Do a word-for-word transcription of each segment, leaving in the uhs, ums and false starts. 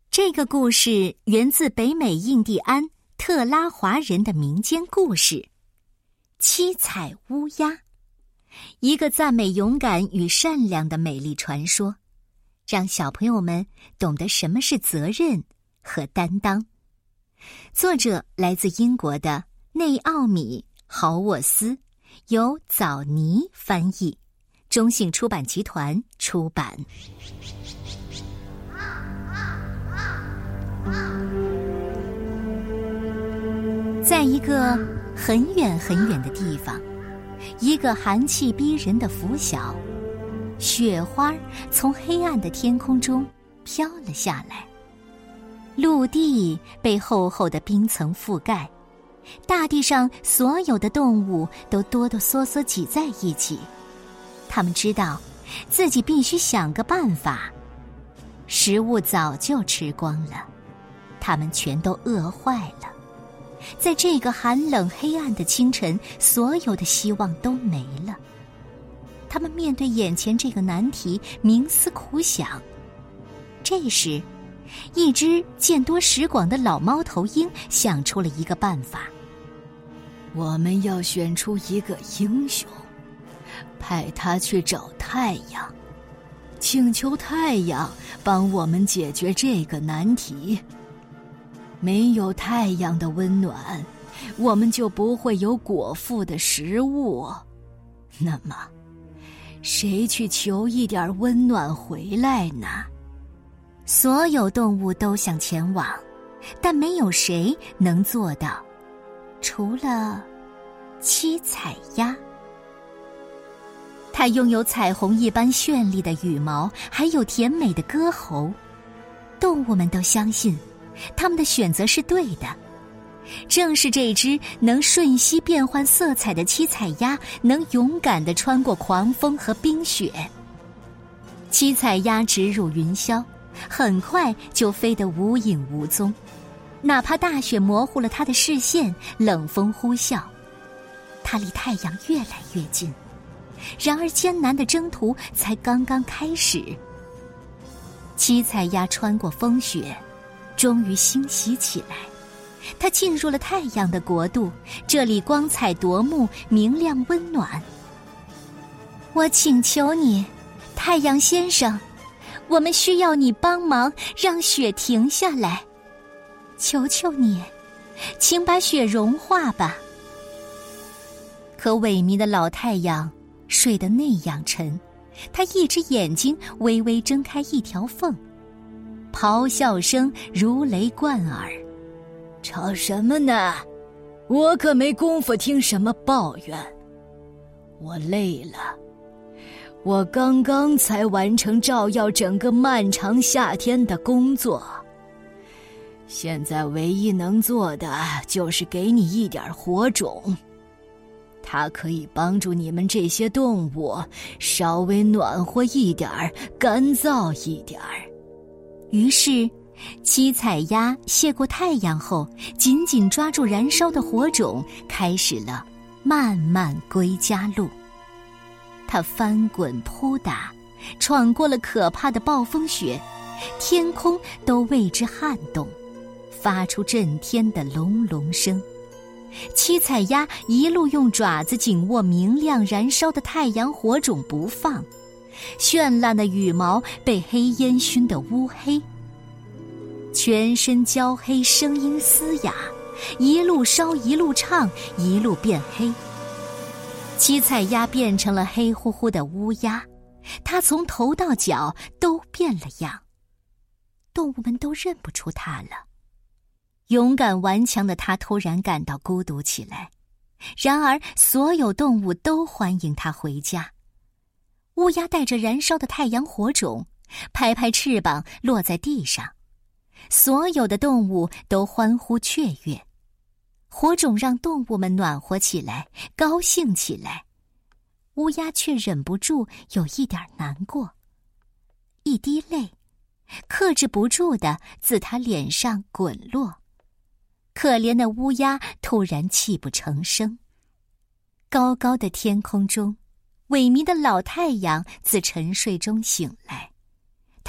这个故事源自北美印第安特拉华人的民间故事七彩乌鸦，一个赞美勇敢与善良的美丽传说，让小朋友们懂得什么是责任和担当。作者来自英国的内奥米·豪沃斯，由枣泥翻译，中信出版集团出版。在一个很远很远的地方，一个寒气逼人的拂晓，雪花从黑暗的天空中飘了下来，陆地被厚厚的冰层覆盖，大地上所有的动物都哆哆嗦嗦挤在一起。他们知道自己必须想个办法，食物早就吃光了，他们全都饿坏了。在这个寒冷黑暗的清晨，所有的希望都没了。他们面对眼前这个难题，冥思苦想。这时，一只见多识广的老猫头鹰想出了一个办法。 我们要选出一个英雄，派他去找太阳，请求太阳帮我们解决这个难题。没有太阳的温暖，我们就不会有果腹的食物。那么，谁去求一点温暖回来呢？ 所有动物都想前往，但没有谁能做到，除了七彩鸭。它拥有彩虹一般绚丽的羽毛，还有甜美的歌喉。动物们都相信他们的选择是对的，正是这只能瞬息变换色彩的七彩鸭，能勇敢地穿过狂风和冰雪。七彩鸭直入云霄，很快就飞得无影无踪，哪怕大雪模糊了它的视线，冷风呼啸，它离太阳越来越近。然而艰难的征途才刚刚开始。七彩鸭穿过风雪，终于欣喜起来。它进入了太阳的国度，这里光彩夺目，明亮温暖。我请求你，太阳先生，我们需要你帮忙，让雪停下来。求求你，请把雪融化吧。可萎靡的老太阳睡得那样沉，他一只眼睛微微睁开一条缝，咆哮声如雷贯耳。 吵什么呢？我可没工夫听什么抱怨。我累了，我刚刚才完成照耀整个漫长夏天的工作。现在唯一能做的就是给你一点火种，它可以帮助你们这些动物稍微暖和一点儿，干燥一点儿。 于是七彩鸭谢过太阳后，紧紧抓住燃烧的火种，开始了漫漫归家路。它翻滚扑打，闯过了可怕的暴风雪，天空都为之撼动，发出震天的隆隆声。七彩鸭一路用爪子紧握明亮燃烧的太阳火种不放，绚烂的羽毛被黑烟熏得乌黑，全身焦黑，声音嘶哑，一路烧一路唱，一路变黑。七彩鸭变成了黑乎乎的乌鸦，它从头到脚都变了样，动物们都认不出它了。勇敢顽强的它突然感到孤独起来，然而所有动物都欢迎它回家。乌鸦带着燃烧的太阳火种，拍拍翅膀落在地上，所有的动物都欢呼雀跃。火种让动物们暖和起来，高兴起来。乌鸦却忍不住有一点难过，一滴泪克制不住地自他脸上滚落。可怜的乌鸦突然泣不成声。高高的天空中，萎靡的老太阳自沉睡中醒来，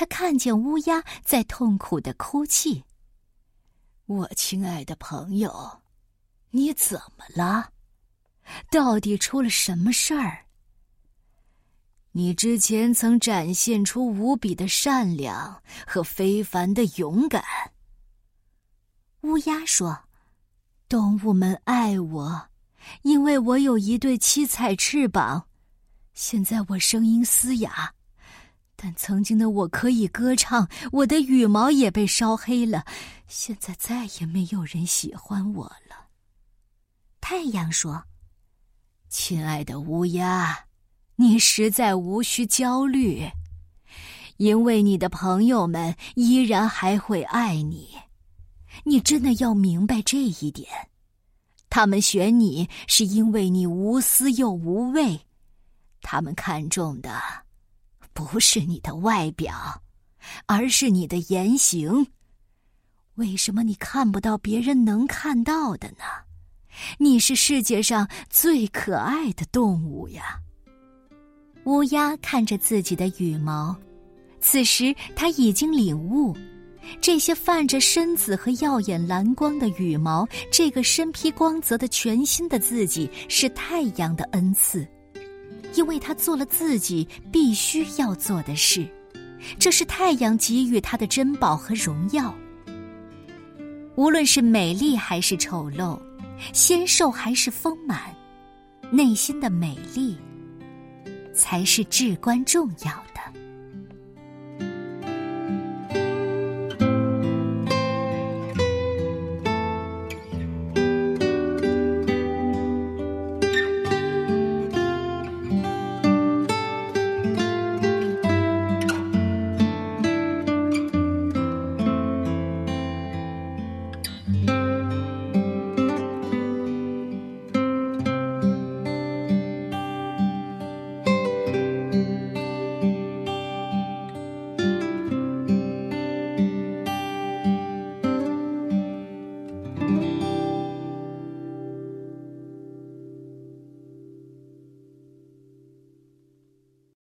他看见乌鸦在痛苦地哭泣。 我亲爱的朋友，你怎么了？到底出了什么事儿？你之前曾展现出无比的善良和非凡的勇敢。 乌鸦说， 动物们爱我，因为我有一对七彩翅膀。现在我声音嘶哑，但曾经的我可以歌唱，我的羽毛也被烧黑了，现在再也没有人喜欢我了。 太阳说， 亲爱的乌鸦，你实在无需焦虑，因为你的朋友们依然还会爱你。你真的要明白这一点。他们选你是因为你无私又无畏，他们看重的不是你的外表，而是你的言行。为什么你看不到别人能看到的呢？你是世界上最可爱的动物呀。 乌鸦看着自己的羽毛，此时他已经领悟，这些泛着深紫和耀眼蓝光的羽毛，这个身披光泽的全新的自己，是太阳的恩赐，因为他做了自己必须要做的事，这是太阳给予他的珍宝和荣耀。无论是美丽还是丑陋，纤瘦还是丰满，内心的美丽才是至关重要的。